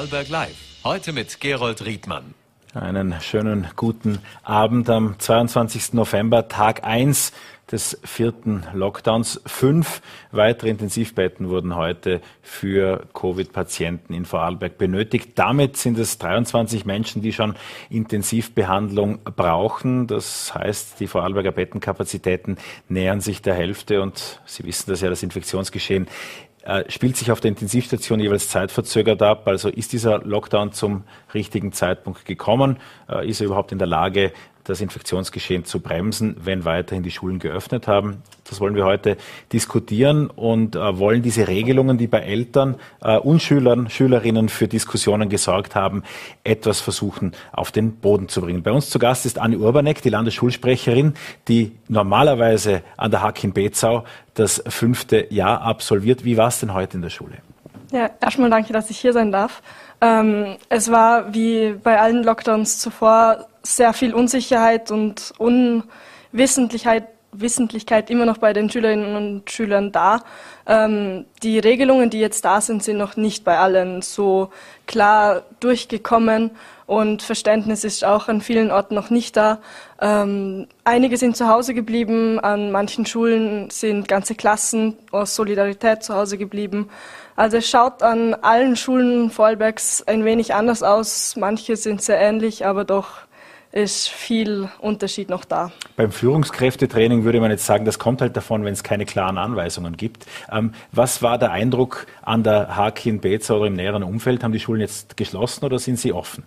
Vorarlberg Live. Heute mit Gerold Riedmann. Einen schönen guten Abend am 22. November, Tag 1 des 4. Lockdowns. 5 weitere Intensivbetten wurden heute für Covid-Patienten in Vorarlberg benötigt. Damit sind es 23 Menschen, die schon Intensivbehandlung brauchen. Das heißt, die Vorarlberger Bettenkapazitäten nähern sich der Hälfte und Sie wissen das ja, das Infektionsgeschehen spielt sich auf der Intensivstation jeweils zeitverzögert ab. Also ist dieser Lockdown zum richtigen Zeitpunkt gekommen? Ist er überhaupt in der Lage, das Infektionsgeschehen zu bremsen, wenn weiterhin die Schulen geöffnet haben? Das wollen wir heute diskutieren und wollen diese Regelungen, die bei Eltern und Schülerinnen für Diskussionen gesorgt haben, etwas versuchen auf den Boden zu bringen. Bei uns zu Gast ist Anni Urbanek, die Landesschulsprecherin, die normalerweise an der HAK in Bezau das 5. Jahr absolviert. Wie war es denn heute in der Schule? Ja, erstmal danke, dass ich hier sein darf. Es war wie bei allen Lockdowns zuvor sehr viel Unsicherheit und Unwissentlichkeit immer noch bei den Schülerinnen und Schülern da. Die Regelungen, die jetzt da sind, sind noch nicht bei allen so klar durchgekommen und Verständnis ist auch an vielen Orten noch nicht da. Einige sind zu Hause geblieben, an manchen Schulen sind ganze Klassen aus Solidarität zu Hause geblieben. Also es schaut an allen Schulen Vorarlbergs ein wenig anders aus. Manche sind sehr ähnlich, aber doch ist viel Unterschied noch da. Beim Führungskräftetraining würde man jetzt sagen, das kommt halt davon, wenn es keine klaren Anweisungen gibt. Was war der Eindruck an der HAK in Bezau oder im näheren Umfeld? Haben die Schulen jetzt geschlossen oder sind sie offen?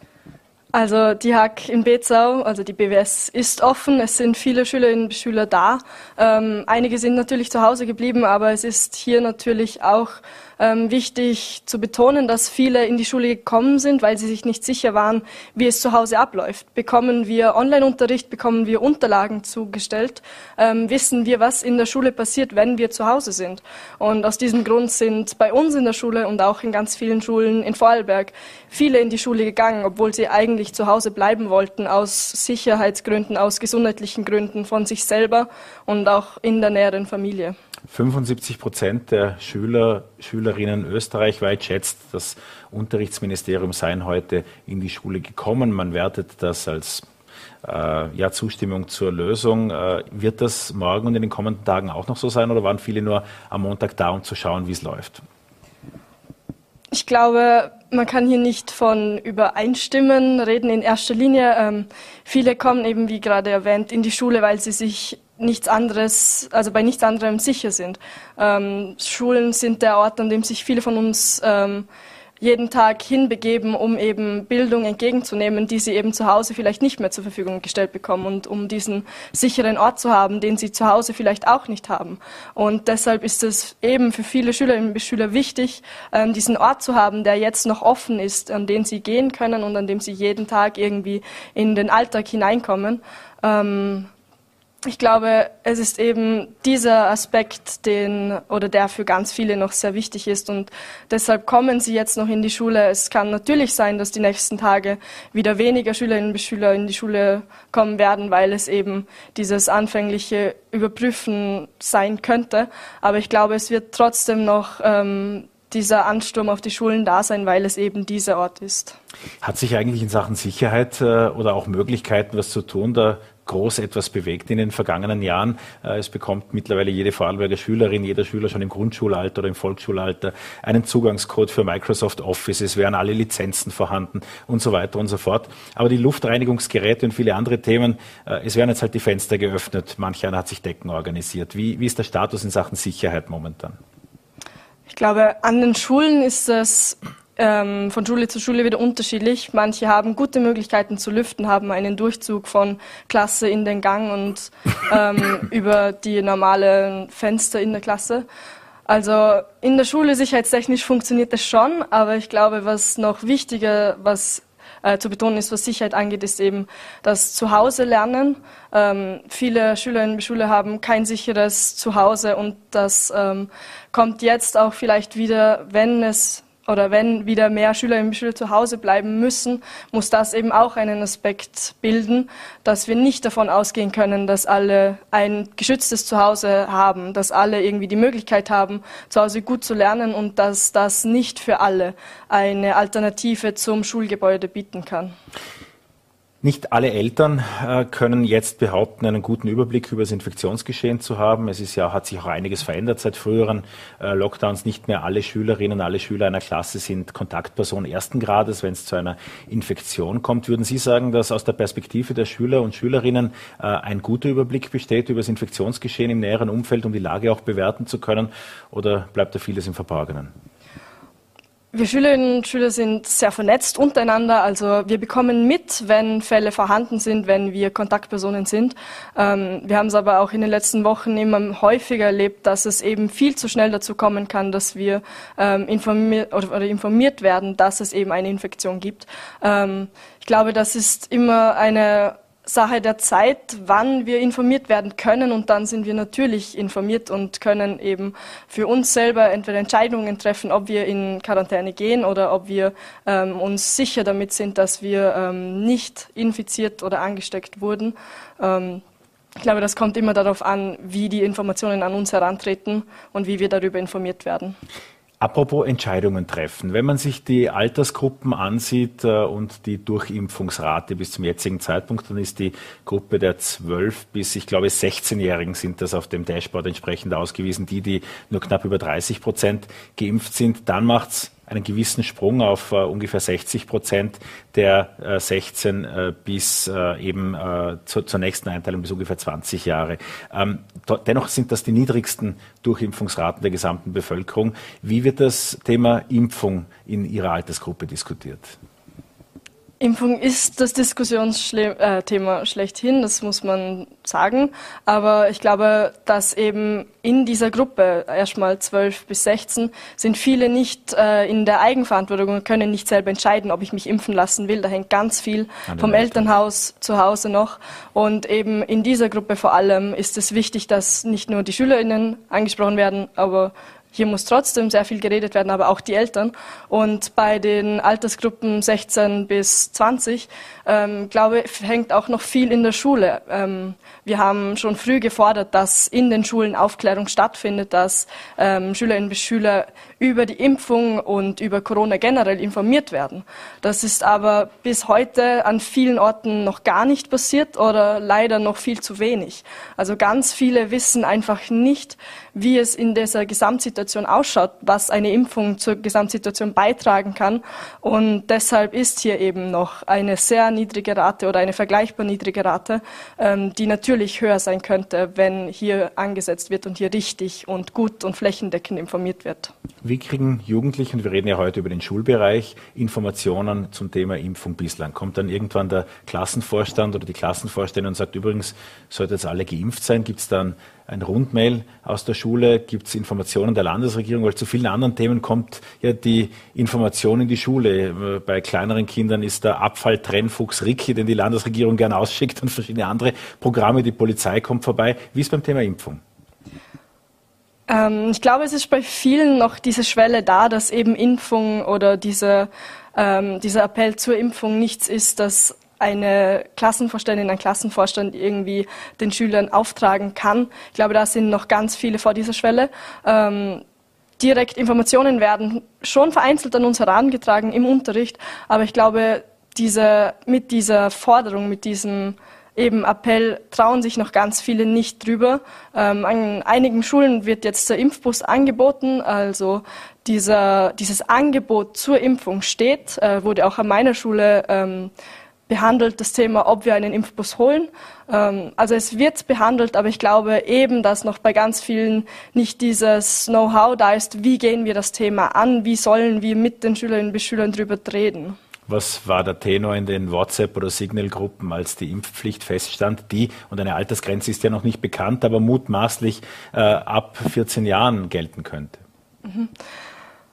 Also die HAK in Bezau, also die BWS, ist offen. Es sind viele Schülerinnen und Schüler da. Einige sind natürlich zu Hause geblieben, aber es ist hier natürlich auch wichtig zu betonen, dass viele in die Schule gekommen sind, weil sie sich nicht sicher waren, wie es zu Hause abläuft. Bekommen wir Online-Unterricht, bekommen wir Unterlagen zugestellt, wissen wir, was in der Schule passiert, wenn wir zu Hause sind. Und aus diesem Grund sind bei uns in der Schule und auch in ganz vielen Schulen in Vorarlberg viele in die Schule gegangen, obwohl sie eigentlich zu Hause bleiben wollten, aus Sicherheitsgründen, aus gesundheitlichen Gründen von sich selber und auch in der näheren Familie. 75% der Schülerinnen österreichweit schätzt, das Unterrichtsministerium seien heute in die Schule gekommen. Man wertet das als Zustimmung zur Lösung. Wird das morgen und in den kommenden Tagen auch noch so sein oder waren viele nur am Montag da, um zu schauen, wie es läuft? Ich glaube, man kann hier nicht von Übereinstimmen reden in erster Linie. Viele kommen eben, wie gerade erwähnt, in die Schule, weil sie sich bei nichts anderem sicher sind. Schulen sind der Ort, an dem sich viele von uns jeden Tag hinbegeben, um eben Bildung entgegenzunehmen, die sie eben zu Hause vielleicht nicht mehr zur Verfügung gestellt bekommen und um diesen sicheren Ort zu haben, den sie zu Hause vielleicht auch nicht haben. Und deshalb ist es eben für viele Schülerinnen und Schüler wichtig, diesen Ort zu haben, der jetzt noch offen ist, an den sie gehen können und an dem sie jeden Tag irgendwie in den Alltag hineinkommen. Ich glaube, es ist eben dieser Aspekt, der für ganz viele noch sehr wichtig ist und deshalb kommen sie jetzt noch in die Schule. Es kann natürlich sein, dass die nächsten Tage wieder weniger Schülerinnen und Schüler in die Schule kommen werden, weil es eben dieses anfängliche Überprüfen sein könnte. Aber ich glaube, es wird trotzdem noch dieser Ansturm auf die Schulen da sein, weil es eben dieser Ort ist. Hat sich eigentlich in Sachen Sicherheit oder auch Möglichkeiten, was zu tun, da groß etwas bewegt in den vergangenen Jahren? Es bekommt mittlerweile jede Vorarlberger Schülerin, jeder Schüler schon im Grundschulalter oder im Volksschulalter einen Zugangscode für Microsoft Office. Es wären alle Lizenzen vorhanden und so weiter und so fort. Aber die Luftreinigungsgeräte und viele andere Themen, es werden jetzt halt die Fenster geöffnet. Manch einer hat sich Decken organisiert. Wie ist der Status in Sachen Sicherheit momentan? Ich glaube, an den Schulen ist es von Schule zu Schule wieder unterschiedlich. Manche haben gute Möglichkeiten zu lüften, haben einen Durchzug von Klasse in den Gang und über die normalen Fenster in der Klasse. Also in der Schule sicherheitstechnisch funktioniert das schon, aber ich glaube, was noch wichtiger, zu betonen ist, was Sicherheit angeht, ist eben das Zuhause lernen. Viele Schülerinnen und Schüler haben kein sicheres Zuhause und das kommt jetzt auch vielleicht wieder, wenn es oder wenn wieder mehr Schülerinnen und Schüler zu Hause bleiben müssen, muss das eben auch einen Aspekt bilden, dass wir nicht davon ausgehen können, dass alle ein geschütztes Zuhause haben, dass alle irgendwie die Möglichkeit haben, zu Hause gut zu lernen und dass das nicht für alle eine Alternative zum Schulgebäude bieten kann. Nicht alle Eltern können jetzt behaupten, einen guten Überblick über das Infektionsgeschehen zu haben. Es ist ja, hat sich auch einiges verändert seit früheren Lockdowns. Nicht mehr alle Schülerinnen, alle Schüler einer Klasse sind Kontaktperson ersten Grades, wenn es zu einer Infektion kommt. Würden Sie sagen, dass aus der Perspektive der Schüler und Schülerinnen ein guter Überblick besteht über das Infektionsgeschehen im näheren Umfeld, um die Lage auch bewerten zu können? Oder bleibt da vieles im Verborgenen? Wir Schülerinnen und Schüler sind sehr vernetzt untereinander, also wir bekommen mit, wenn Fälle vorhanden sind, wenn wir Kontaktpersonen sind. Wir haben es aber auch in den letzten Wochen immer häufiger erlebt, dass es eben viel zu schnell dazu kommen kann, dass wir informiert werden, dass es eben eine Infektion gibt. Ich glaube, das ist immer eine Sache der Zeit, wann wir informiert werden können, und dann sind wir natürlich informiert und können eben für uns selber entweder Entscheidungen treffen, ob wir in Quarantäne gehen oder ob wir uns sicher damit sind, dass wir nicht infiziert oder angesteckt wurden. Ich glaube, das kommt immer darauf an, wie die Informationen an uns herantreten und wie wir darüber informiert werden. Apropos Entscheidungen treffen. Wenn man sich die Altersgruppen ansieht und die Durchimpfungsrate bis zum jetzigen Zeitpunkt, dann ist die Gruppe der 12- bis, ich glaube, 16-Jährigen sind das auf dem Dashboard entsprechend ausgewiesen, die nur knapp über 30% geimpft sind. Dann macht's einen gewissen Sprung auf ungefähr 60% der 16 bis zur nächsten Einteilung bis ungefähr 20 Jahre. Dennoch sind das die niedrigsten Durchimpfungsraten der gesamten Bevölkerung. Wie wird das Thema Impfung in Ihrer Altersgruppe diskutiert? Impfung ist das Diskussionsthema schlechthin, das muss man sagen. Aber ich glaube, dass eben in dieser Gruppe, erstmal 12 bis 16, sind viele nicht in der Eigenverantwortung und können nicht selber entscheiden, ob ich mich impfen lassen will. Da hängt ganz viel vom Elternhaus zu Hause noch. Und eben in dieser Gruppe vor allem ist es wichtig, dass nicht nur die SchülerInnen angesprochen werden, aber hier muss trotzdem sehr viel geredet werden, aber auch die Eltern. Und bei den Altersgruppen 16 bis 20, glaube ich, hängt auch noch viel in der Schule. Wir haben schon früh gefordert, dass in den Schulen Aufklärung stattfindet, dass Schülerinnen und Schüler über die Impfung und über Corona generell informiert werden. Das ist aber bis heute an vielen Orten noch gar nicht passiert oder leider noch viel zu wenig. Also ganz viele wissen einfach nicht, wie es in dieser Gesamtsituation ausschaut, was eine Impfung zur Gesamtsituation beitragen kann. Und deshalb ist hier eben noch eine sehr niedrige Rate oder eine vergleichbar niedrige Rate, die natürlich höher sein könnte, wenn hier angesetzt wird und hier richtig und gut und flächendeckend informiert wird. Wie kriegen Jugendliche, und wir reden ja heute über den Schulbereich, Informationen zum Thema Impfung bislang? Kommt dann irgendwann der Klassenvorstand oder die Klassenvorständin und sagt, übrigens, sollten jetzt alle geimpft sein? Gibt es dann ein Rundmail aus der Schule? Gibt es Informationen der Landesregierung? Weil zu vielen anderen Themen kommt ja die Information in die Schule. Bei kleineren Kindern ist der Abfalltrennfuchs Ricky, den die Landesregierung gern ausschickt, und verschiedene andere Programme. Die Polizei kommt vorbei. Wie ist beim Thema Impfung? Ich glaube, es ist bei vielen noch diese Schwelle da, dass eben Impfung oder dieser Appell zur Impfung nichts ist, das eine Klassenvorständin, ein Klassenvorstand irgendwie den Schülern auftragen kann. Ich glaube, da sind noch ganz viele vor dieser Schwelle. Direkt Informationen werden schon vereinzelt an uns herangetragen im Unterricht, aber ich glaube, mit dieser Forderung, mit diesem eben Appell trauen sich noch ganz viele nicht drüber. An einigen Schulen wird jetzt der Impfbus angeboten, also dieses Angebot zur Impfung steht, wurde auch an meiner Schule behandelt, das Thema, ob wir einen Impfbus holen. Also es wird behandelt, aber ich glaube eben, dass noch bei ganz vielen nicht dieses Know-how da ist, wie gehen wir das Thema an, wie sollen wir mit den Schülerinnen und Schülern drüber reden. Was war der Tenor in den WhatsApp- oder Signal-Gruppen, als die Impfpflicht feststand, und eine Altersgrenze ist ja noch nicht bekannt, aber mutmaßlich ab 14 Jahren gelten könnte?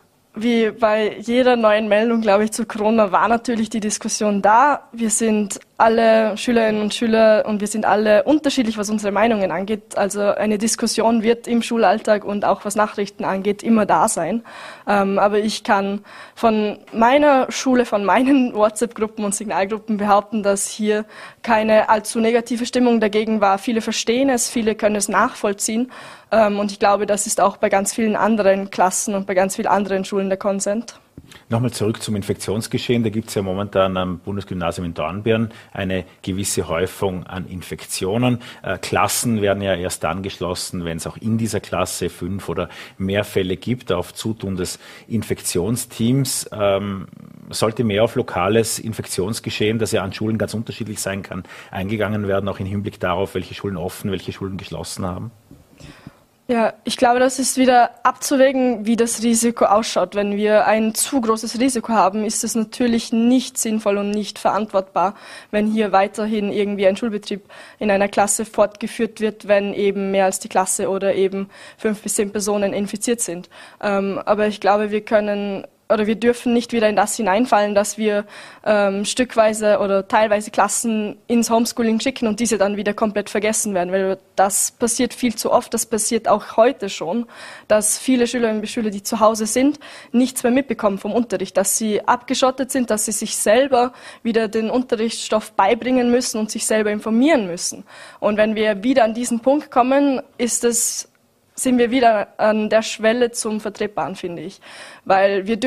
Wie bei jeder neuen Meldung, glaube ich, zu Corona war natürlich die Diskussion da. Wir sind alle Schülerinnen und Schüler und wir sind alle unterschiedlich, was unsere Meinungen angeht. Also eine Diskussion wird im Schulalltag und auch was Nachrichten angeht immer da sein. Aber ich kann von meiner Schule, von meinen WhatsApp-Gruppen und Signalgruppen behaupten, dass hier keine allzu negative Stimmung dagegen war. Viele verstehen es, viele können es nachvollziehen. Und ich glaube, das ist auch bei ganz vielen anderen Klassen und bei ganz vielen anderen Schulen der Konsens. Nochmal zurück zum Infektionsgeschehen. Da gibt es ja momentan am Bundesgymnasium in Dornbirn eine gewisse Häufung an Infektionen. Klassen werden ja erst dann geschlossen, wenn es auch in dieser Klasse 5 oder mehr Fälle gibt, auf Zutun des Infektionsteams. Sollte mehr auf lokales Infektionsgeschehen, das ja an Schulen ganz unterschiedlich sein kann, eingegangen werden, auch im Hinblick darauf, welche Schulen offen, welche Schulen geschlossen haben? Ja, ich glaube, das ist wieder abzuwägen, wie das Risiko ausschaut. Wenn wir ein zu großes Risiko haben, ist es natürlich nicht sinnvoll und nicht verantwortbar, wenn hier weiterhin irgendwie ein Schulbetrieb in einer Klasse fortgeführt wird, wenn eben mehr als die Klasse oder eben 5 bis 10 Personen infiziert sind. Aber ich glaube, wir dürfen nicht wieder in das hineinfallen, dass wir stückweise oder teilweise Klassen ins Homeschooling schicken und diese dann wieder komplett vergessen werden, weil das passiert viel zu oft, das passiert auch heute schon, dass viele Schülerinnen und Schüler, die zu Hause sind, nichts mehr mitbekommen vom Unterricht, dass sie abgeschottet sind, dass sie sich selber wieder den Unterrichtsstoff beibringen müssen und sich selber informieren müssen. Und wenn wir wieder an diesen Punkt kommen, sind wir wieder an der Schwelle zum Vertretbaren, finde ich. Weil wir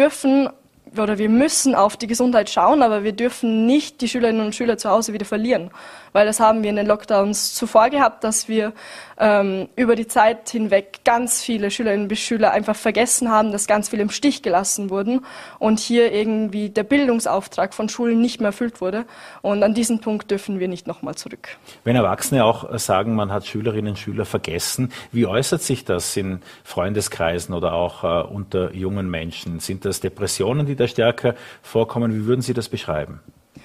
müssen auf die Gesundheit schauen, aber wir dürfen nicht die Schülerinnen und Schüler zu Hause wieder verlieren. Weil das haben wir in den Lockdowns zuvor gehabt, dass wir über die Zeit hinweg ganz viele Schülerinnen und Schüler einfach vergessen haben, dass ganz viele im Stich gelassen wurden und hier irgendwie der Bildungsauftrag von Schulen nicht mehr erfüllt wurde. Und an diesen Punkt dürfen wir nicht nochmal zurück. Wenn Erwachsene auch sagen, man hat Schülerinnen und Schüler vergessen, wie äußert sich das in Freundeskreisen oder auch unter jungen Menschen? Sind das Depressionen, die da stärker vorkommen? Wie würden Sie das beschreiben?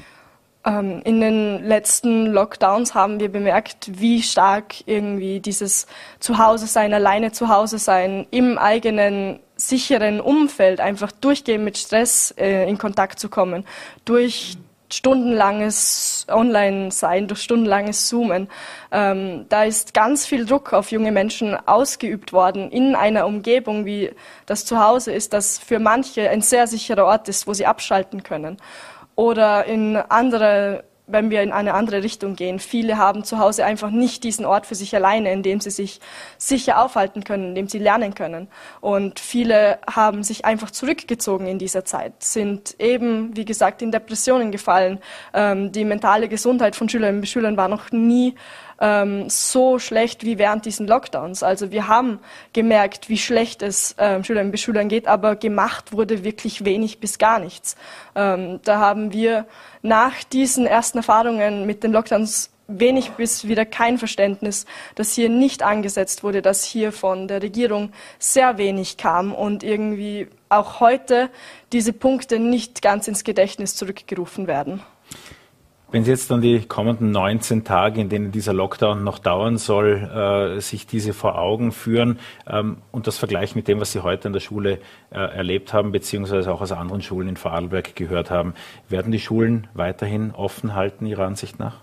In den letzten Lockdowns haben wir bemerkt, wie stark irgendwie dieses Zuhause sein, alleine zu Hause sein, im eigenen sicheren Umfeld einfach durchgehend mit Stress in Kontakt zu kommen, durch stundenlanges Online-Sein, durch stundenlanges Zoomen. Da ist ganz viel Druck auf junge Menschen ausgeübt worden in einer Umgebung, wie das Zuhause ist, das für manche ein sehr sicherer Ort ist, wo sie abschalten können. Oder wenn wir in eine andere Richtung gehen. Viele haben zu Hause einfach nicht diesen Ort für sich alleine, in dem sie sich sicher aufhalten können, in dem sie lernen können. Und viele haben sich einfach zurückgezogen in dieser Zeit, sind eben, wie gesagt, in Depressionen gefallen. Die mentale Gesundheit von Schülerinnen und Schülern war noch nie so schlecht wie während diesen Lockdowns. Also wir haben gemerkt, wie schlecht es Schülerinnen und Schülern geht, aber gemacht wurde wirklich wenig bis gar nichts. Da haben wir nach diesen ersten Erfahrungen mit den Lockdowns wenig bis wieder kein Verständnis, dass hier nicht angesetzt wurde, dass hier von der Regierung sehr wenig kam und irgendwie auch heute diese Punkte nicht ganz ins Gedächtnis zurückgerufen werden. Wenn Sie jetzt dann die kommenden 19 Tage, in denen dieser Lockdown noch dauern soll, sich diese vor Augen führen und das vergleichen mit dem, was Sie heute an der Schule erlebt haben, beziehungsweise auch aus anderen Schulen in Vorarlberg gehört haben, werden die Schulen weiterhin offen halten, Ihrer Ansicht nach?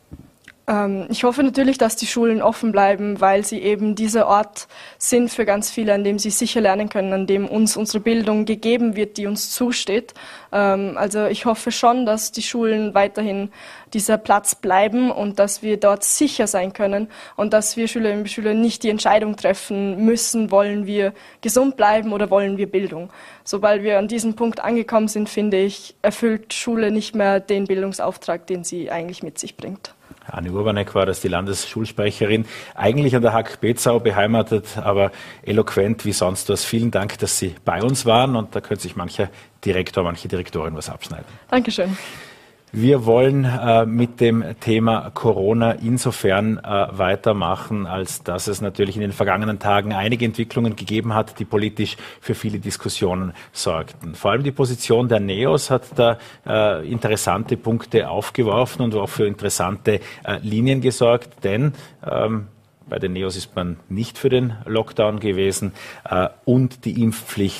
Ich hoffe natürlich, dass die Schulen offen bleiben, weil sie eben dieser Ort sind für ganz viele, an dem sie sicher lernen können, an dem uns unsere Bildung gegeben wird, die uns zusteht. Also ich hoffe schon, dass die Schulen weiterhin dieser Platz bleiben und dass wir dort sicher sein können und dass wir Schülerinnen und Schüler nicht die Entscheidung treffen müssen, wollen wir gesund bleiben oder wollen wir Bildung. Sobald wir an diesem Punkt angekommen sind, finde ich, erfüllt Schule nicht mehr den Bildungsauftrag, den sie eigentlich mit sich bringt. Anne Urbanek war das, die Landesschulsprecherin, eigentlich an der HAG Bezau beheimatet, aber eloquent wie sonst was. Vielen Dank, dass Sie bei uns waren und da könnte sich mancher Direktor, manche Direktorin was abschneiden. Dankeschön. Wir wollen mit dem Thema Corona insofern weitermachen, als dass es natürlich in den vergangenen Tagen einige Entwicklungen gegeben hat, die politisch für viele Diskussionen sorgten. Vor allem die Position der NEOS hat da interessante Punkte aufgeworfen und auch für interessante Linien gesorgt, denn bei den NEOS ist man nicht für den Lockdown gewesen und die Impfpflicht,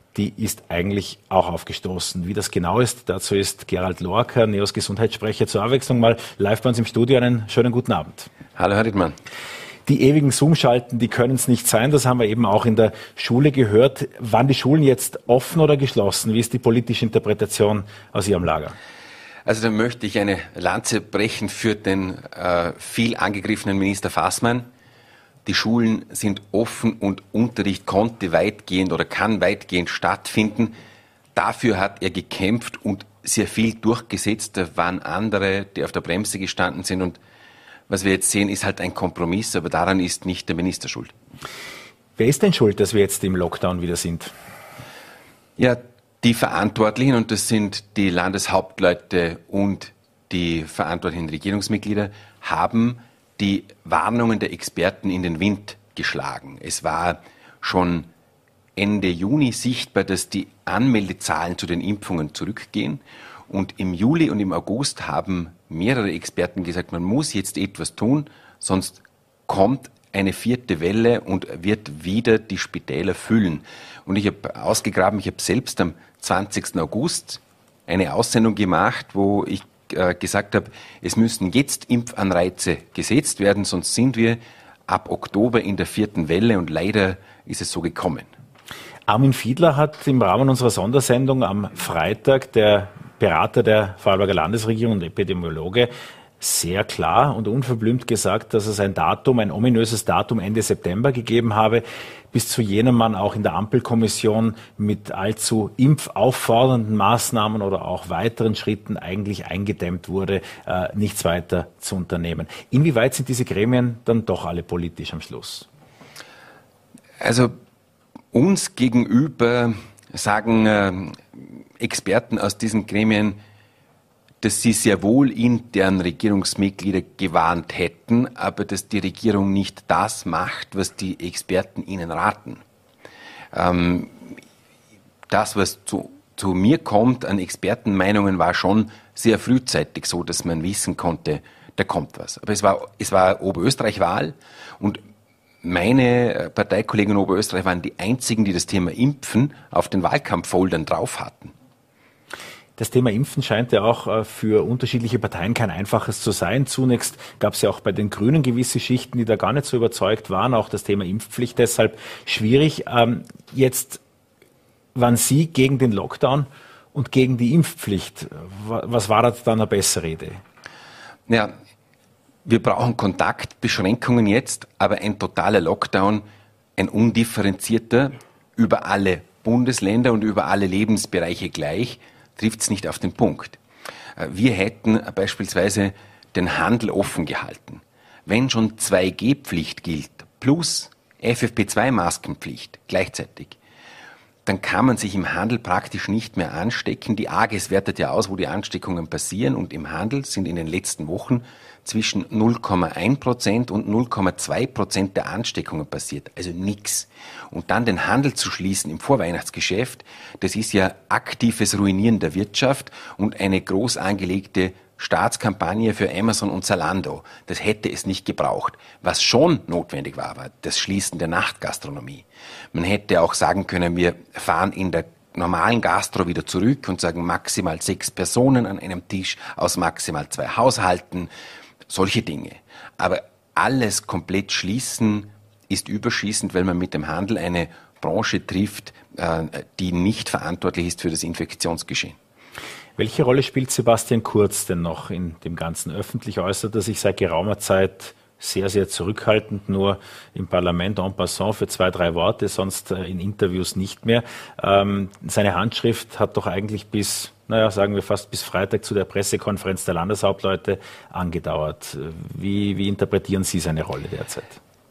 die ist eigentlich auch aufgestoßen. Wie das genau ist, dazu ist Gerald Lorca, NEOS Gesundheitssprecher, zur Abwechslung mal live bei uns im Studio. Einen schönen guten Abend. Hallo, Herr Rittmann. Die ewigen Zoom-Schalten, die können es nicht sein. Das haben wir eben auch in der Schule gehört. Waren die Schulen jetzt offen oder geschlossen? Wie ist die politische Interpretation aus Ihrem Lager? Also da möchte ich eine Lanze brechen für den viel angegriffenen Minister Fassmann. Die Schulen sind offen und Unterricht konnte weitgehend oder kann weitgehend stattfinden. Dafür hat er gekämpft und sehr viel durchgesetzt. Da waren andere, die auf der Bremse gestanden sind. Und was wir jetzt sehen, ist halt ein Kompromiss, aber daran ist nicht der Minister schuld. Wer ist denn schuld, dass wir jetzt im Lockdown wieder sind? Ja, die Verantwortlichen, und das sind die Landeshauptleute und die verantwortlichen Regierungsmitglieder, haben die Warnungen der Experten in den Wind geschlagen. Es war schon Ende Juni sichtbar, dass die Anmeldezahlen zu den Impfungen zurückgehen. Und im Juli und im August haben mehrere Experten gesagt, man muss jetzt etwas tun, sonst kommt eine vierte Welle und wird wieder die Spitäler füllen. Und ich habe ausgegraben, ich habe selbst am 20. August eine Aussendung gemacht, wo ich gesagt habe, es müssen jetzt Impfanreize gesetzt werden, sonst sind wir ab Oktober in der vierten Welle und leider ist es so gekommen. Armin Fiedler hat im Rahmen unserer Sondersendung am Freitag, der Berater der Vorarlberger Landesregierung und Epidemiologe, sehr klar und unverblümt gesagt, dass es ein ominöses Datum Ende September gegeben habe, bis zu jenem man auch in der Ampelkommission mit allzu impfauffordernden Maßnahmen oder auch weiteren Schritten eigentlich eingedämmt wurde, nichts weiter zu unternehmen. Inwieweit sind diese Gremien dann doch alle politisch am Schluss? Also uns gegenüber sagen Experten aus diesen Gremien, dass sie sehr wohl intern Regierungsmitglieder gewarnt hätten, aber dass die Regierung nicht das macht, was die Experten ihnen raten. Das, was zu mir kommt an Expertenmeinungen, war schon sehr frühzeitig so, dass man wissen konnte, da kommt was. Aber es war Oberösterreich-Wahl und meine Parteikollegen in Oberösterreich waren die einzigen, die das Thema Impfen auf den Wahlkampffoldern drauf hatten. Das Thema Impfen scheint ja auch für unterschiedliche Parteien kein einfaches zu sein. Zunächst gab es ja auch bei den Grünen gewisse Schichten, die da gar nicht so überzeugt waren. Auch das Thema Impfpflicht deshalb schwierig. Jetzt waren Sie gegen den Lockdown und gegen die Impfpflicht. Was war da dann eine bessere Idee? Ja, wir brauchen Kontaktbeschränkungen jetzt, aber ein totaler Lockdown, ein undifferenzierter, über alle Bundesländer und über alle Lebensbereiche gleich, trifft es nicht auf den Punkt. Wir hätten beispielsweise den Handel offen gehalten. Wenn schon 2G-Pflicht gilt, plus FFP2-Maskenpflicht gleichzeitig, dann kann man sich im Handel praktisch nicht mehr anstecken. Die AGES wertet ja aus, wo die Ansteckungen passieren, und im Handel sind in den letzten Wochen zwischen 0,1% und 0,2% der Ansteckungen passiert. Also nix. Und dann den Handel zu schließen im Vorweihnachtsgeschäft, das ist ja aktives Ruinieren der Wirtschaft und eine groß angelegte Staatskampagne für Amazon und Zalando. Das hätte es nicht gebraucht. Was schon notwendig war das Schließen der Nachtgastronomie. Man hätte auch sagen können, wir fahren in der normalen Gastro wieder zurück und sagen maximal 6 Personen an einem Tisch aus maximal 2 Haushalten. Solche Dinge. Aber alles komplett schließen ist überschießend, weil man mit dem Handel eine Branche trifft, die nicht verantwortlich ist für das Infektionsgeschehen. Welche Rolle spielt Sebastian Kurz denn noch in dem Ganzen? Öffentlich äußert er sich seit geraumer Zeit sehr, sehr zurückhaltend, nur im Parlament en passant für 2, 3 Worte, sonst in Interviews nicht mehr. Seine Handschrift hat doch eigentlich sagen wir fast bis Freitag zu der Pressekonferenz der Landeshauptleute angedauert. Wie interpretieren Sie seine Rolle derzeit?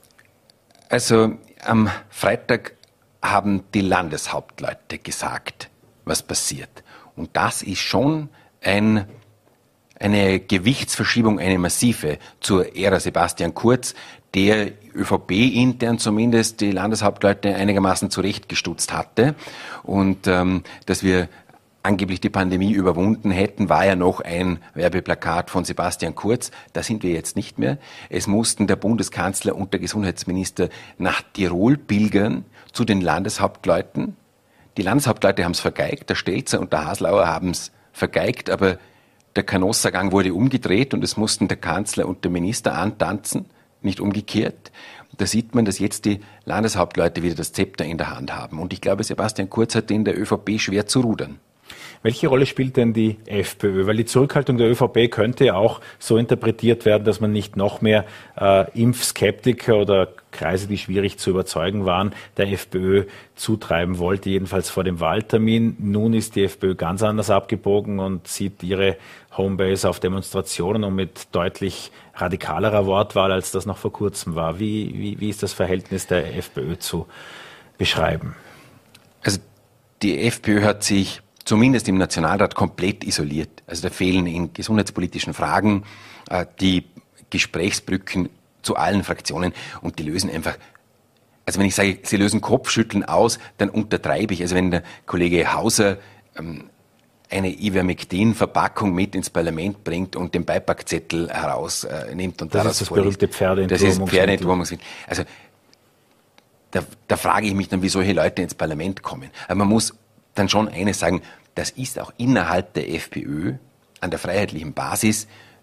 Also am Freitag haben die Landeshauptleute gesagt, was passiert. Und das ist schon eine Gewichtsverschiebung, eine massive zur Ära Sebastian Kurz, der ÖVP-intern zumindest die Landeshauptleute einigermaßen zurechtgestutzt hatte. Und dass wir angeblich die Pandemie überwunden hätten, war ja noch ein Werbeplakat von Sebastian Kurz. Da sind wir jetzt nicht mehr. Es mussten der Bundeskanzler und der Gesundheitsminister nach Tirol pilgern zu den Landeshauptleuten. Die Landeshauptleute haben es vergeigt, der Stelzer und der Haslauer haben es vergeigt, aber der Canossa-Gang wurde umgedreht und es mussten der Kanzler und der Minister antanzen, nicht umgekehrt. Da sieht man, dass jetzt die Landeshauptleute wieder das Zepter in der Hand haben. Und ich glaube, Sebastian Kurz hat in der ÖVP schwer zu rudern. Welche Rolle spielt denn die FPÖ? Weil die Zurückhaltung der ÖVP könnte ja auch so interpretiert werden, dass man nicht noch mehr Impfskeptiker oder Kreise, die schwierig zu überzeugen waren, der FPÖ zutreiben wollte, jedenfalls vor dem Wahltermin. Nun ist die FPÖ ganz anders abgebogen und sieht ihre Homebase auf Demonstrationen und mit deutlich radikalerer Wortwahl, als das noch vor kurzem war. Wie ist das Verhältnis der FPÖ zu beschreiben? Also die FPÖ hat sich zumindest im Nationalrat komplett isoliert. Also da fehlen in gesundheitspolitischen Fragen die Gesprächsbrücken zu allen Fraktionen und die lösen einfach, also wenn ich sage, sie lösen Kopfschütteln aus, dann untertreibe ich. Also wenn der Kollege Hauser eine Ivermectin-Verpackung mit ins Parlament bringt und den Beipackzettel herausnimmt und das daraus ist das berühmte Pferdeentwurmungsmittel. Das ist Pferdeentwurmungsmittel. Also da frage ich mich dann, wie solche Leute ins Parlament kommen. Aber man muss dann schon eines sagen, das ist auch innerhalb der FPÖ an der freiheitlichen Basis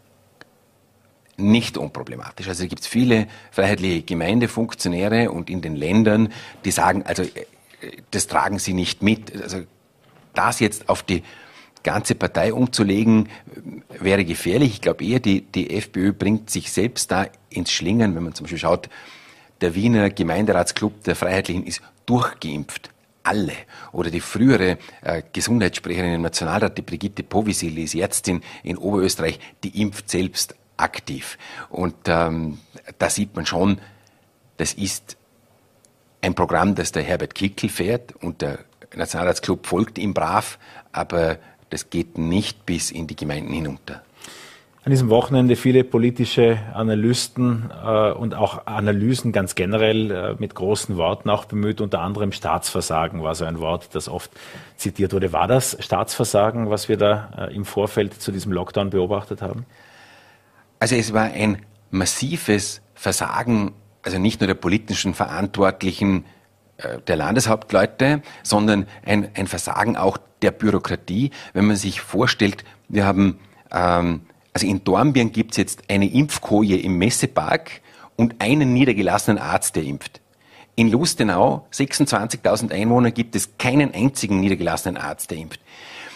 nicht unproblematisch. Also da gibt es viele freiheitliche Gemeindefunktionäre und in den Ländern, die sagen, also das tragen sie nicht mit. Also das jetzt auf die ganze Partei umzulegen, wäre gefährlich. Ich glaube eher, die FPÖ bringt sich selbst da ins Schlingern, wenn man zum Beispiel schaut, der Wiener Gemeinderatsclub der Freiheitlichen ist durchgeimpft. Alle. Oder die frühere Gesundheitssprecherin im Nationalrat, die Brigitte Povisil, die ist Ärztin in Oberösterreich, die impft selbst aktiv. Und da sieht man schon, das ist ein Programm, das der Herbert Kickl fährt und der Nationalratsclub folgt ihm brav, aber das geht nicht bis in die Gemeinden hinunter. An diesem Wochenende viele politische Analysten und auch Analysen ganz generell mit großen Worten auch bemüht. Unter anderem Staatsversagen war so ein Wort, das oft zitiert wurde. War das Staatsversagen, was wir da im Vorfeld zu diesem Lockdown beobachtet haben? Also es war ein massives Versagen, also nicht nur der politischen Verantwortlichen der Landeshauptleute, sondern ein Versagen auch der Bürokratie. Wenn man sich vorstellt, wir haben also in Dornbirn gibt es jetzt eine Impfkoje im Messepark und einen niedergelassenen Arzt, der impft. In Lustenau, 26.000 Einwohner, gibt es keinen einzigen niedergelassenen Arzt, der impft.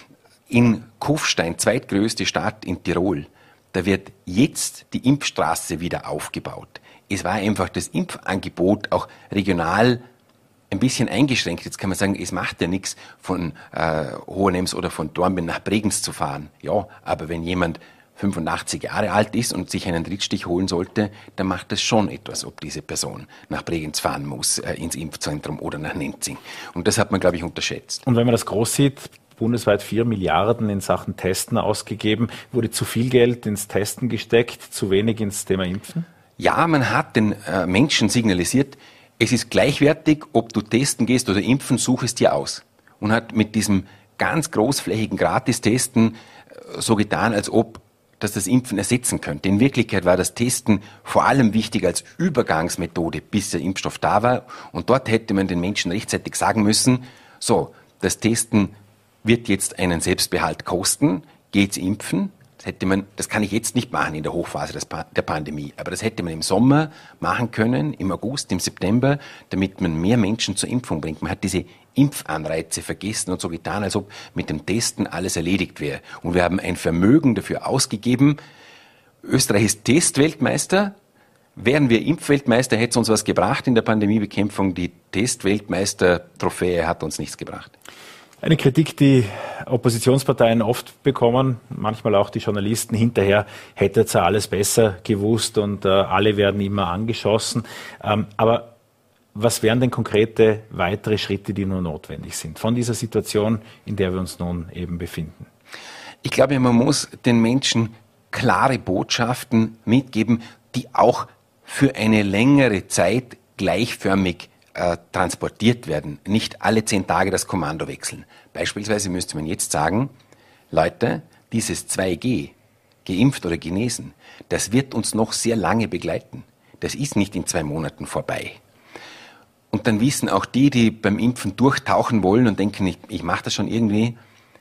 In Kufstein, zweitgrößte Stadt in Tirol, da wird jetzt die Impfstraße wieder aufgebaut. Es war einfach das Impfangebot auch regional ein bisschen eingeschränkt. Jetzt kann man sagen, es macht ja nichts, von Hohenems oder von Dornbirn nach Bregenz zu fahren. Ja, aber wenn jemand 85 Jahre alt ist und sich einen Drittstich holen sollte, dann macht es schon etwas, ob diese Person nach Bregenz fahren muss, ins Impfzentrum oder nach Nenzing. Und das hat man, glaube ich, unterschätzt. Und wenn man das groß sieht, bundesweit 4 Milliarden in Sachen Testen ausgegeben. Wurde zu viel Geld ins Testen gesteckt, zu wenig ins Thema Impfen? Ja, man hat den Menschen signalisiert, es ist gleichwertig, ob du testen gehst oder impfen, such es dir aus. Und hat mit diesem ganz großflächigen Gratistesten so getan, als ob das Impfen ersetzen könnte. In Wirklichkeit war das Testen vor allem wichtig als Übergangsmethode, bis der Impfstoff da war. Und dort hätte man den Menschen rechtzeitig sagen müssen, so, das Testen wird jetzt einen Selbstbehalt kosten, geht's impfen. Das kann ich jetzt nicht machen in der Hochphase der Pandemie, aber das hätte man im Sommer machen können, im August, im September, damit man mehr Menschen zur Impfung bringt. Man hat diese Impfanreize vergessen und so getan, als ob mit dem Testen alles erledigt wäre. Und wir haben ein Vermögen dafür ausgegeben. Österreich ist Testweltmeister. Wären wir Impfweltmeister, hätte es uns was gebracht in der Pandemiebekämpfung. Die Testweltmeister-Trophäe hat uns nichts gebracht. Eine Kritik, die Oppositionsparteien oft bekommen, manchmal auch die Journalisten. Hinterher hätte zwar alles besser gewusst und alle werden immer angeschossen. Aber was wären denn konkrete weitere Schritte, die nur notwendig sind von dieser Situation, in der wir uns nun eben befinden? Ich glaube, man muss den Menschen klare Botschaften mitgeben, die auch für eine längere Zeit gleichförmig transportiert werden. Nicht alle 10 Tage das Kommando wechseln. Beispielsweise müsste man jetzt sagen, Leute, dieses 2G, geimpft oder genesen, das wird uns noch sehr lange begleiten. Das ist nicht in 2 Monaten vorbei. und dann wissen auch die beim Impfen durchtauchen wollen und denken, ich mache das schon irgendwie,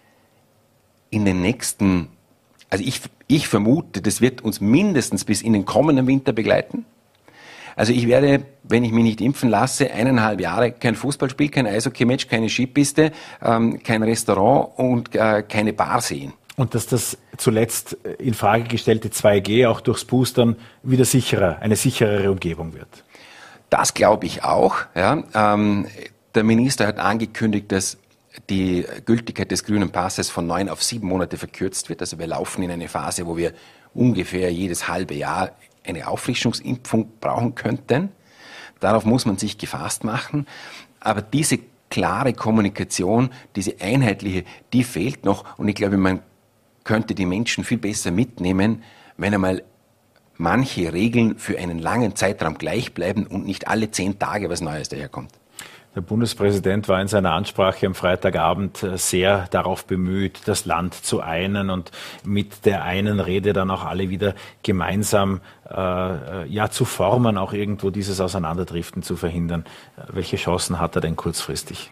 in den nächsten, also ich vermute, das wird uns mindestens bis in den kommenden Winter begleiten. Also ich werde, wenn ich mich nicht impfen lasse, 1,5 Jahre kein Fußball spielen, kein Eishockey-Match, keine Skipiste, kein Restaurant und keine Bar sehen. Und dass das zuletzt in Frage gestellte 2G auch durchs Boostern wieder eine sicherere Umgebung wird. Das glaube ich auch. Ja. Der Minister hat angekündigt, dass die Gültigkeit des grünen Passes von 9 auf 7 Monate verkürzt wird. Also wir laufen in eine Phase, wo wir ungefähr jedes halbe Jahr eine Auffrischungsimpfung brauchen könnten. Darauf muss man sich gefasst machen. Aber diese klare Kommunikation, diese einheitliche, die fehlt noch. Und ich glaube, man könnte die Menschen viel besser mitnehmen, wenn einmal manche Regeln für einen langen Zeitraum gleich bleiben und nicht alle 10 Tage was Neues daherkommt. Der Bundespräsident war in seiner Ansprache am Freitagabend sehr darauf bemüht, das Land zu einen und mit der einen Rede dann auch alle wieder gemeinsam zu formen, auch irgendwo dieses Auseinanderdriften zu verhindern. Welche Chancen hat er denn kurzfristig?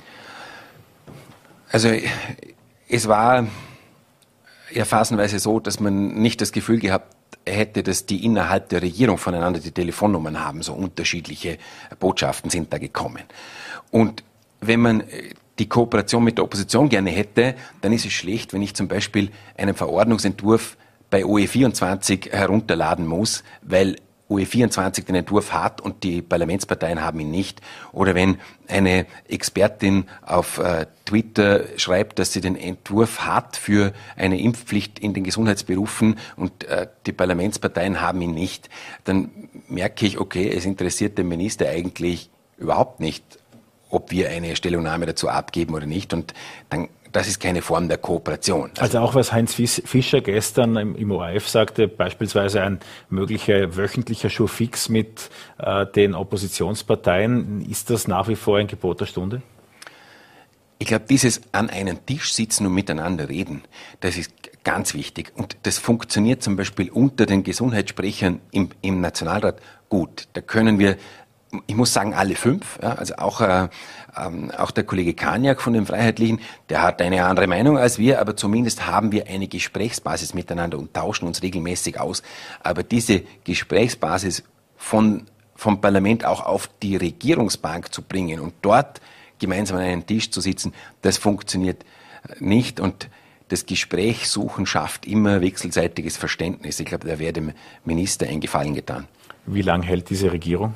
Also es war ja phasenweise so, dass man nicht das Gefühl gehabt hätte, dass die innerhalb der Regierung voneinander die Telefonnummern haben. So unterschiedliche Botschaften sind da gekommen. Und wenn man die Kooperation mit der Opposition gerne hätte, dann ist es schlecht, wenn ich zum Beispiel einen Verordnungsentwurf bei OE24 herunterladen muss, weil OE24 den Entwurf hat und die Parlamentsparteien haben ihn nicht. Oder wenn eine Expertin auf Twitter schreibt, dass sie den Entwurf hat für eine Impfpflicht in den Gesundheitsberufen und die Parlamentsparteien haben ihn nicht, dann merke ich, okay, es interessiert den Minister eigentlich überhaupt nicht, ob wir eine Stellungnahme dazu abgeben oder nicht. Und dann, das ist keine Form der Kooperation. Also auch was Heinz Fischer gestern im ORF sagte, beispielsweise ein möglicher wöchentlicher Showfix mit den Oppositionsparteien, ist das nach wie vor ein Gebot der Stunde? Ich glaube, dieses an einem Tisch sitzen und miteinander reden, das ist ganz wichtig. Und das funktioniert zum Beispiel unter den Gesundheitssprechern im Nationalrat gut. Da können wir, ich muss sagen, alle 5, ja, also auch der Kollege Kaniak von den Freiheitlichen, der hat eine andere Meinung als wir, aber zumindest haben wir eine Gesprächsbasis miteinander und tauschen uns regelmäßig aus. Aber diese Gesprächsbasis vom Parlament auch auf die Regierungsbank zu bringen und dort gemeinsam an einem Tisch zu sitzen, das funktioniert nicht. Und das Gespräch suchen schafft immer wechselseitiges Verständnis. Ich glaube, da wäre dem Minister ein Gefallen getan. Wie lange hält diese Regierung?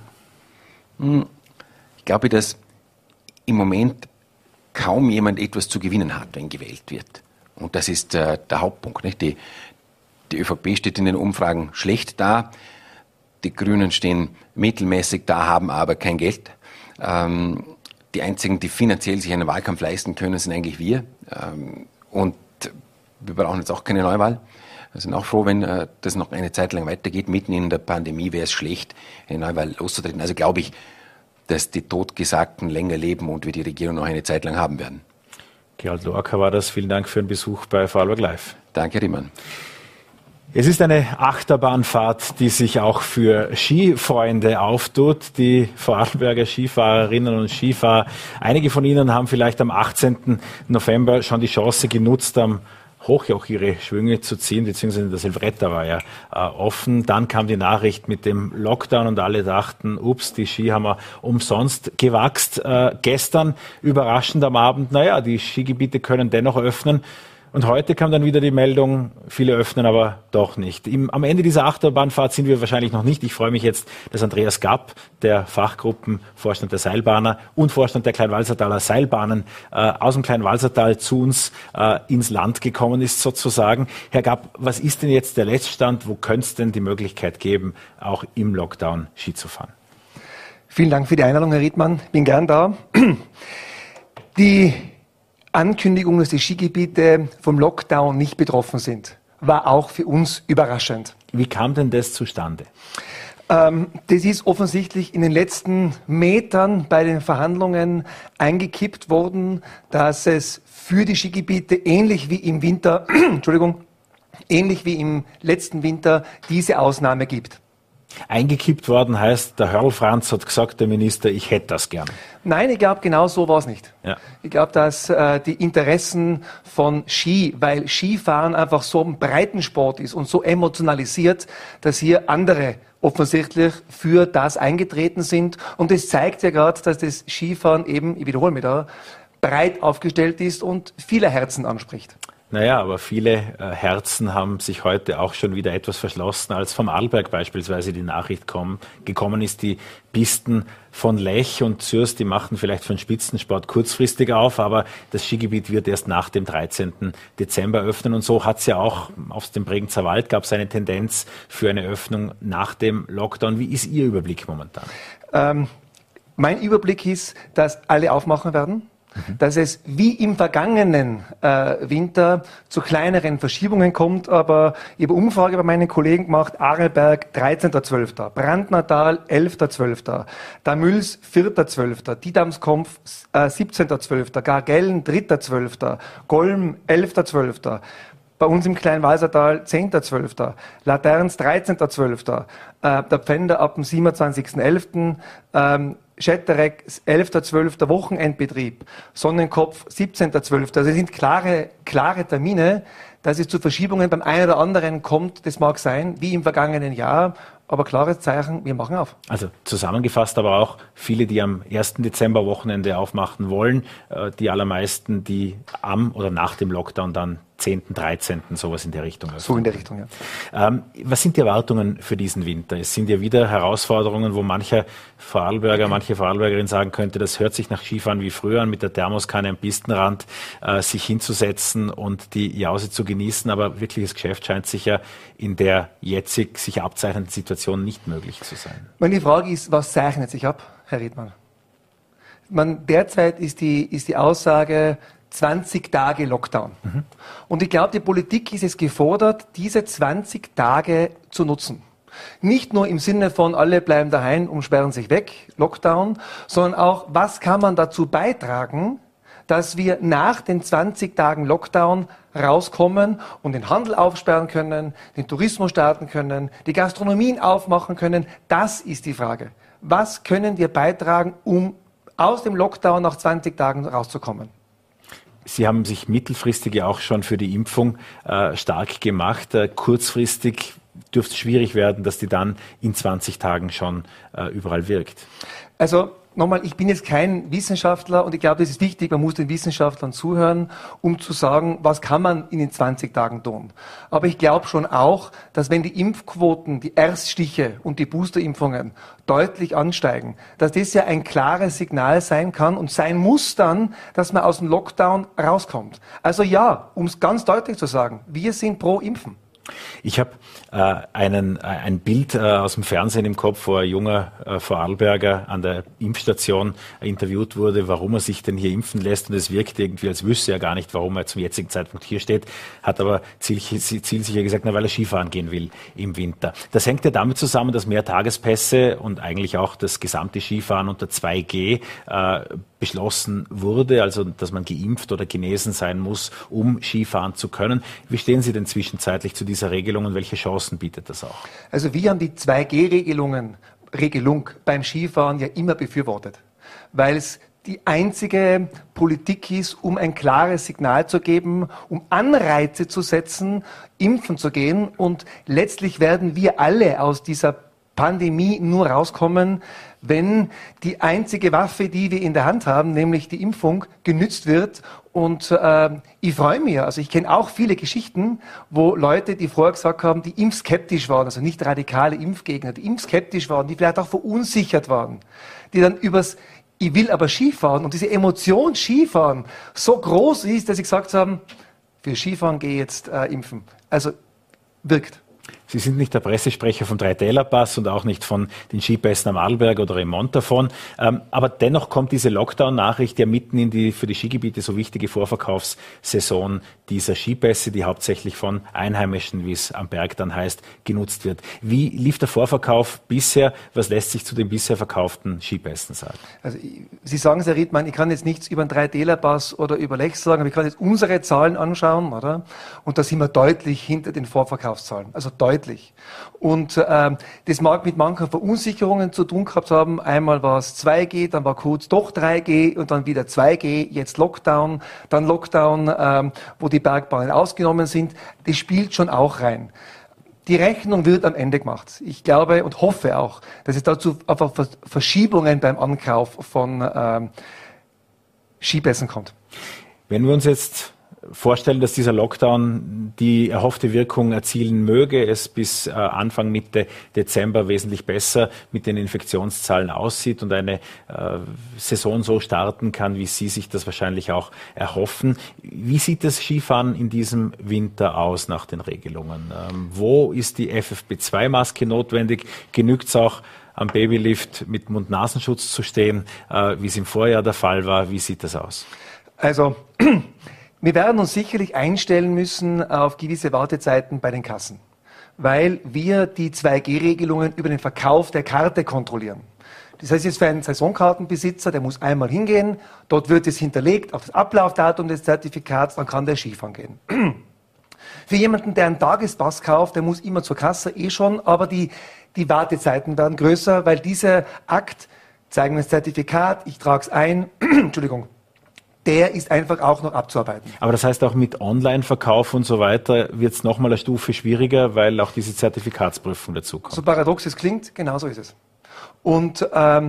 Ich glaube, dass im Moment kaum jemand etwas zu gewinnen hat, wenn gewählt wird. Und das ist der Hauptpunkt. Nicht? Die ÖVP steht in den Umfragen schlecht da. Die Grünen stehen mittelmäßig da, haben aber kein Geld. Die einzigen, die finanziell sich einen Wahlkampf leisten können, sind eigentlich wir. Und wir brauchen jetzt auch keine Neuwahl. Wir sind auch froh, wenn das noch eine Zeit lang weitergeht. Mitten in der Pandemie wäre es schlecht, eine Neuwahl loszutreten. Also glaube ich, dass die Totgesagten länger leben und wir die Regierung noch eine Zeit lang haben werden. Gerald Lorca war das. Vielen Dank für den Besuch bei Vorarlberg Live. Danke, Riemann. Es ist eine Achterbahnfahrt, die sich auch für Skifreunde auftut. Die Vorarlberger Skifahrerinnen und Skifahrer, einige von ihnen haben vielleicht am 18. November schon die Chance genutzt, am Hochjoch ihre Schwünge zu ziehen, beziehungsweise das Silvretta war ja offen. Dann kam die Nachricht mit dem Lockdown und alle dachten, ups, die Ski haben wir umsonst gewachst. Gestern überraschend am Abend, die Skigebiete können dennoch öffnen. Und heute kam dann wieder die Meldung, viele öffnen aber doch nicht. Am Ende dieser Achterbahnfahrt sind wir wahrscheinlich noch nicht. Ich freue mich jetzt, dass Andreas Gapp, der Fachgruppenvorstand der Seilbahner und Vorstand der Kleinwalsertaler Seilbahnen aus dem Kleinwalsertal zu uns ins Land gekommen ist sozusagen. Herr Gapp, was ist denn jetzt der Letztstand? Wo könnte es denn die Möglichkeit geben, auch im Lockdown Ski zu fahren? Vielen Dank für die Einladung, Herr Riedmann. Bin gern da. Die Ankündigung, dass die Skigebiete vom Lockdown nicht betroffen sind, war auch für uns überraschend. Wie kam denn das zustande? Das ist offensichtlich in den letzten Metern bei den Verhandlungen eingekippt worden, dass es für die Skigebiete ähnlich wie im Winter, ähnlich wie im letzten Winter diese Ausnahme gibt. Eingekippt worden heißt, der Hörl-Franz hat gesagt, der Minister, ich hätte das gern. Nein, ich glaube, genau so war es nicht. Ja. Ich glaube, dass die Interessen von Ski, weil Skifahren einfach so ein Breitensport ist und so emotionalisiert, dass hier andere offensichtlich für das eingetreten sind. Und es zeigt ja gerade, dass das Skifahren eben, ich wiederhole mich da, breit aufgestellt ist und viele Herzen anspricht. Naja, aber viele Herzen haben sich heute auch schon wieder etwas verschlossen, als vom Arlberg beispielsweise die Nachricht gekommen ist, die Pisten von Lech und Zürs, die machten vielleicht für den Spitzensport kurzfristig auf, aber das Skigebiet wird erst nach dem 13. Dezember öffnen und so hat es ja auch aus dem Bregenzer Wald gab es eine Tendenz für eine Öffnung nach dem Lockdown. Wie ist Ihr Überblick momentan? Mein Überblick ist, dass alle aufmachen werden. Dass es wie im vergangenen Winter zu kleineren Verschiebungen kommt, aber ich habe Umfrage bei meinen Kollegen gemacht, Arlberg 13.12., Brandnertal 11.12., Damüls 4.12., Diedamskampf 17.12., Gargellen 3.12., Golm 11.12., bei uns im Kleinwalsertal 10.12., Laterns 13.12., der Pfänder ab dem 27.11., Schettereck 11.12. Wochenendbetrieb, Sonnenkopf 17.12. Also es sind klare Termine, dass es zu Verschiebungen beim einen oder anderen kommt, das mag sein, wie im vergangenen Jahr, aber klares Zeichen, wir machen auf. Also zusammengefasst aber auch viele, die am 1. Dezember Wochenende aufmachen wollen, die allermeisten, die am oder nach dem Lockdown dann 10., 13., sowas in der Richtung. So in der Richtung, ja. Was sind die Erwartungen für diesen Winter? Es sind ja wieder Herausforderungen, wo manche Vorarlbergerin sagen könnte, das hört sich nach Skifahren wie früher an, mit der Thermoskanne am Pistenrand sich hinzusetzen und die Jause zu genießen, aber wirkliches Geschäft scheint sich ja in der jetzig sich abzeichnenden Situation nicht möglich zu sein. Meine Frage ist, was zeichnet sich ab, Herr Riedmann? Derzeit ist die Aussage 20 Tage Lockdown. Und ich glaube, die Politik ist es gefordert, diese 20 Tage zu nutzen. Nicht nur im Sinne von, alle bleiben daheim und sperren sich weg, Lockdown, sondern auch, was kann man dazu beitragen, dass wir nach den 20 Tagen Lockdown rauskommen und den Handel aufsperren können, den Tourismus starten können, die Gastronomien aufmachen können. Das ist die Frage. Was können wir beitragen, um aus dem Lockdown nach 20 Tagen rauszukommen? Sie haben sich mittelfristig ja auch schon für die Impfung stark gemacht. Kurzfristig dürfte es schwierig werden, dass die dann in 20 Tagen schon überall wirkt. Also nochmal, ich bin jetzt kein Wissenschaftler und ich glaube, das ist wichtig, man muss den Wissenschaftlern zuhören, um zu sagen, was kann man in den 20 Tagen tun. Aber ich glaube schon auch, dass wenn die Impfquoten, die Erststiche und die Boosterimpfungen deutlich ansteigen, dass das ja ein klares Signal sein kann und sein muss dann, dass man aus dem Lockdown rauskommt. Also ja, um es ganz deutlich zu sagen, wir sind pro Impfen. Ich habe ein Bild aus dem Fernsehen im Kopf, wo ein junger Vorarlberger an der Impfstation interviewt wurde, warum er sich denn hier impfen lässt. Und es wirkt irgendwie, als wüsste er gar nicht, warum er zum jetzigen Zeitpunkt hier steht. Hat aber zielsicher gesagt, weil er Skifahren gehen will im Winter. Das hängt ja damit zusammen, dass mehr Tagespässe und eigentlich auch das gesamte Skifahren unter 2G beschlossen wurde, also dass man geimpft oder genesen sein muss, um Skifahren zu können. Wie stehen Sie denn zwischenzeitlich zu dieser Regelung und welche Chancen bietet das auch? Also wir haben die 2G-Regelung beim Skifahren ja immer befürwortet, weil es die einzige Politik ist, um ein klares Signal zu geben, um Anreize zu setzen, impfen zu gehen. Und letztlich werden wir alle aus dieser Pandemie nur rauskommen, wenn die einzige Waffe, die wir in der Hand haben, nämlich die Impfung, genützt wird. Und ich freue mich, also ich kenne auch viele Geschichten, wo Leute, die vorher gesagt haben, die impfskeptisch waren, also nicht radikale Impfgegner, die impfskeptisch waren, die vielleicht auch verunsichert waren, die dann ich will aber Skifahren und diese Emotion Skifahren so groß ist, dass sie gesagt haben, für Skifahren gehe ich jetzt impfen. Also wirkt. Sie sind nicht der Pressesprecher vom Dreiteilerpass und auch nicht von den Skipässen am Arlberg oder im Montafon. Aber dennoch kommt diese Lockdown-Nachricht ja mitten in die für die Skigebiete so wichtige Vorverkaufssaison dieser Skipässe, die hauptsächlich von Einheimischen, wie es am Berg dann heißt, genutzt wird. Wie lief der Vorverkauf bisher? Was lässt sich zu den bisher verkauften Skipässen sagen? Also Sie sagen es, Herr Riedmann, ich kann jetzt nichts über den Dreiteilerpass oder über Lech sagen, aber ich kann jetzt unsere Zahlen anschauen, oder? Und da sind wir deutlich hinter den Vorverkaufszahlen. Also deutlich deutlich. Und das mag mit manchen Verunsicherungen zu tun gehabt haben. Einmal war es 2G, dann war kurz doch 3G und dann wieder 2G, jetzt Lockdown, dann Lockdown, wo die Bergbahnen ausgenommen sind. Das spielt schon auch rein. Die Rechnung wird am Ende gemacht. Ich glaube und hoffe auch, dass es dazu einfach Verschiebungen beim Ankauf von Skipässen kommt. Wenn wir uns jetzt vorstellen, dass dieser Lockdown die erhoffte Wirkung erzielen möge, es bis Anfang Mitte Dezember wesentlich besser mit den Infektionszahlen aussieht und eine Saison so starten kann, wie Sie sich das wahrscheinlich auch erhoffen. Wie sieht das Skifahren in diesem Winter aus nach den Regelungen? Wo ist die FFP2-Maske notwendig? Genügt es auch am Babylift mit Mund-Nasenschutz zu stehen, wie es im Vorjahr der Fall war? Wie sieht das aus? Also, wir werden uns sicherlich einstellen müssen auf gewisse Wartezeiten bei den Kassen, weil wir die 2G-Regelungen über den Verkauf der Karte kontrollieren. Das heißt jetzt für einen Saisonkartenbesitzer, der muss einmal hingehen, dort wird es hinterlegt auf das Ablaufdatum des Zertifikats, dann kann der Skifahren gehen. Für jemanden, der einen Tagespass kauft, der muss immer zur Kasse schon, aber die Wartezeiten werden größer, weil dieser Akt, zeigen wir das Zertifikat, ich trage es ein, Entschuldigung, der ist einfach auch noch abzuarbeiten. Aber das heißt auch mit Online-Verkauf und so weiter wird es nochmal eine Stufe schwieriger, weil auch diese Zertifikatsprüfung dazukommt. So paradox es klingt, genau so ist es. Und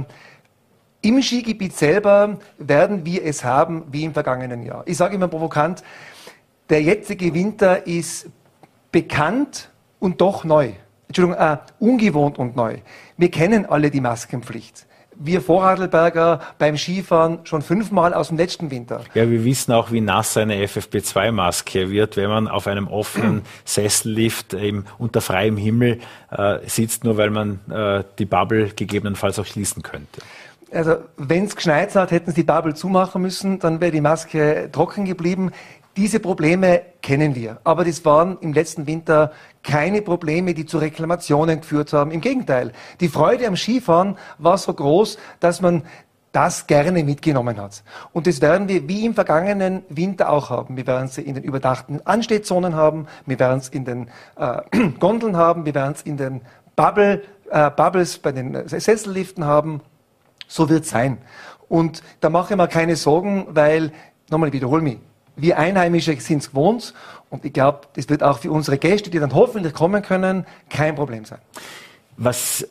im Skigebiet selber werden wir es haben wie im vergangenen Jahr. Ich sage immer provokant, der jetzige Winter ist bekannt und doch neu. Entschuldigung, ungewohnt und neu. Wir kennen alle die Maskenpflicht. Wir Vorarlberger beim Skifahren schon 5-mal aus dem letzten Winter. Ja, wir wissen auch, wie nass eine FFP2-Maske wird, wenn man auf einem offenen Sessellift unter freiem Himmel sitzt, nur weil man die Bubble gegebenenfalls auch schließen könnte. Also wenn es geschneit hat, hätten sie die Bubble zumachen müssen, dann wäre die Maske trocken geblieben. Diese Probleme kennen wir, aber das waren im letzten Winter keine Probleme, die zu Reklamationen geführt haben. Im Gegenteil, die Freude am Skifahren war so groß, dass man das gerne mitgenommen hat. Und das werden wir wie im vergangenen Winter auch haben. Wir werden sie in den überdachten Anstehzonen haben, wir werden es in den Gondeln haben, wir werden es in den Bubbles bei den Sesselliften haben. So wird es sein. Und da mache ich mir keine Sorgen, weil, nochmal, ich wiederhole mich, wir Einheimische sind es gewohnt und ich glaube, das wird auch für unsere Gäste, die dann hoffentlich kommen können, kein Problem sein. Was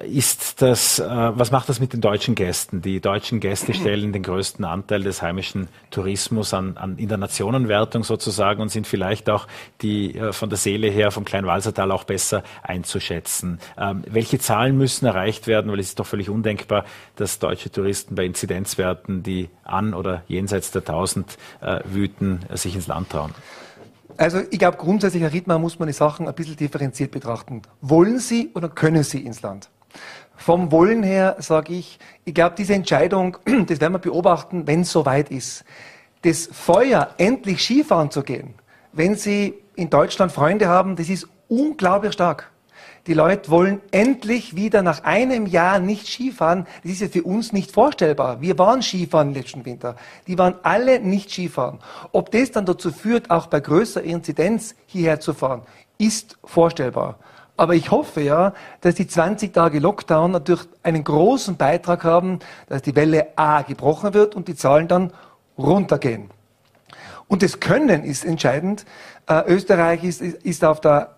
macht das mit den deutschen Gästen? Die deutschen Gäste stellen den größten Anteil des heimischen Tourismus in der Nationenwertung sozusagen und sind vielleicht auch die von der Seele her vom Kleinwalsertal auch besser einzuschätzen. Welche Zahlen müssen erreicht werden? Weil es ist doch völlig undenkbar, dass deutsche Touristen bei Inzidenzwerten, die an oder jenseits der 1000 wüten, sich ins Land trauen. Also ich glaube, grundsätzlich, Herr Riedmann, muss man die Sachen ein bisschen differenziert betrachten. Wollen Sie oder können Sie ins Land? Vom Wollen her sage ich glaube, diese Entscheidung, das werden wir beobachten, wenn es soweit ist. Das Feuer, endlich Skifahren zu gehen, wenn Sie in Deutschland Freunde haben, das ist unglaublich stark. Die Leute wollen endlich wieder nach einem Jahr nicht Skifahren. Das ist ja für uns nicht vorstellbar. Wir waren Skifahren im letzten Winter. Die waren alle nicht Skifahren. Ob das dann dazu führt, auch bei größerer Inzidenz hierher zu fahren, ist vorstellbar. Aber ich hoffe ja, dass die 20 Tage Lockdown natürlich einen großen Beitrag haben, dass die Welle A gebrochen wird und die Zahlen dann runtergehen. Und das Können ist entscheidend. Österreich ist auf der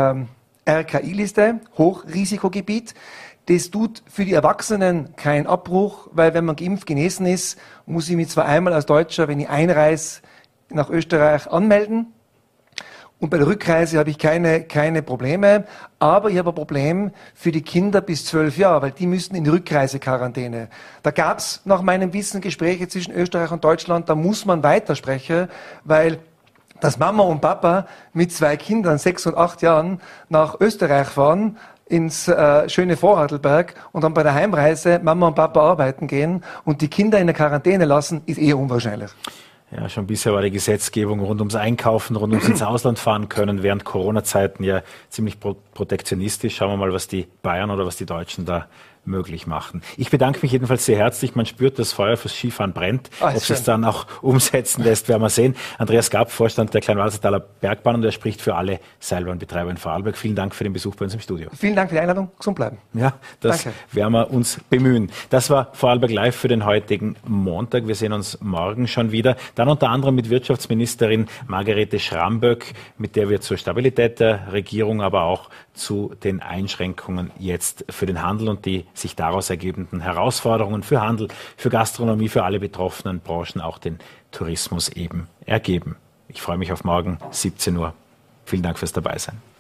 RKI-Liste, Hochrisikogebiet. Das tut für die Erwachsenen keinen Abbruch, weil wenn man geimpft genesen ist, muss ich mich zwar einmal als Deutscher, wenn ich einreise, nach Österreich anmelden. Und bei der Rückreise habe ich keine Probleme. Aber ich habe ein Problem für die Kinder bis 12 Jahre, weil die müssen in die Rückreisequarantäne. Da gab es nach meinem Wissen Gespräche zwischen Österreich und Deutschland, da muss man weitersprechen, weil dass Mama und Papa mit 2 Kindern, 6 und 8 Jahren, nach Österreich fahren, ins schöne Vorarlberg und dann bei der Heimreise Mama und Papa arbeiten gehen und die Kinder in der Quarantäne lassen, ist eher unwahrscheinlich. Ja, schon bisher war die Gesetzgebung rund ums Einkaufen, rund ums ins Ausland fahren können, während Corona-Zeiten ja ziemlich protektionistisch. Schauen wir mal, was die Bayern oder was die Deutschen da möglich machen. Ich bedanke mich jedenfalls sehr herzlich. Man spürt, das Feuer fürs Skifahren brennt. Ob es es dann auch umsetzen lässt, werden wir sehen. Andreas Gapp, Vorstand der Kleinwalsertaler Bergbahn, und er spricht für alle Seilbahnbetreiber in Vorarlberg. Vielen Dank für den Besuch bei uns im Studio. Vielen Dank für die Einladung. Gesund bleiben. Ja, das werden wir uns bemühen. Das war Vorarlberg Live für den heutigen Montag. Wir sehen uns morgen schon wieder. Dann unter anderem mit Wirtschaftsministerin Margarete Schramböck, mit der wir zur Stabilität der Regierung, aber auch zu den Einschränkungen jetzt für den Handel und die sich daraus ergebenden Herausforderungen für Handel, für Gastronomie, für alle betroffenen Branchen, auch den Tourismus eben ergeben. Ich freue mich auf morgen, 17 Uhr. Vielen Dank fürs Dabeisein.